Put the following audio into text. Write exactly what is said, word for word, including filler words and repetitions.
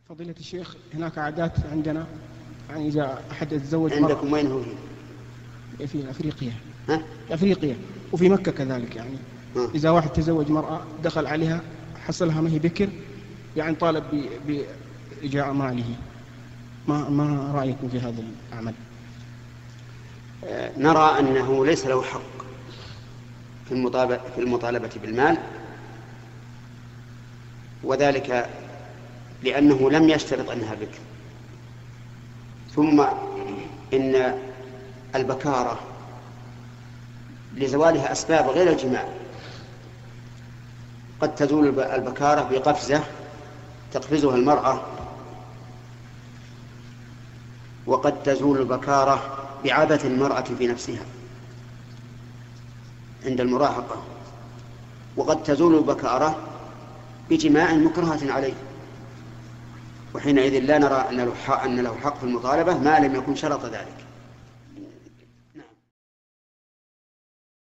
فضيلة الشيخ، هناك عادات عندنا، يعني إذا أحد يتزوج عندكم وين هو؟ في أفريقيا. ها؟ في أفريقيا وفي مكة كذلك. يعني ها. إذا واحد تزوج مرأة دخل عليها حصلها ما هي بكر، يعني طالب بإجاء ماله. ما ما رأيكم في هذا العمل؟ آه نرى أنه ليس له حق في المطالبة في المطالبة بالمال، وذلك لأنه لم يشترط أنها بكر. ثم إن البكارة لزوالها أسباب غير الجماع. قد تزول البكارة بقفزة تقفزها المرأة، وقد تزول البكارة بعبث المرأة في نفسها عند المراهقة، وقد تزول البكارة بجماع مكرهة عليه، وحينئذ لا نرى أن له حق في المطالبة ما لم يكن شرط ذلك.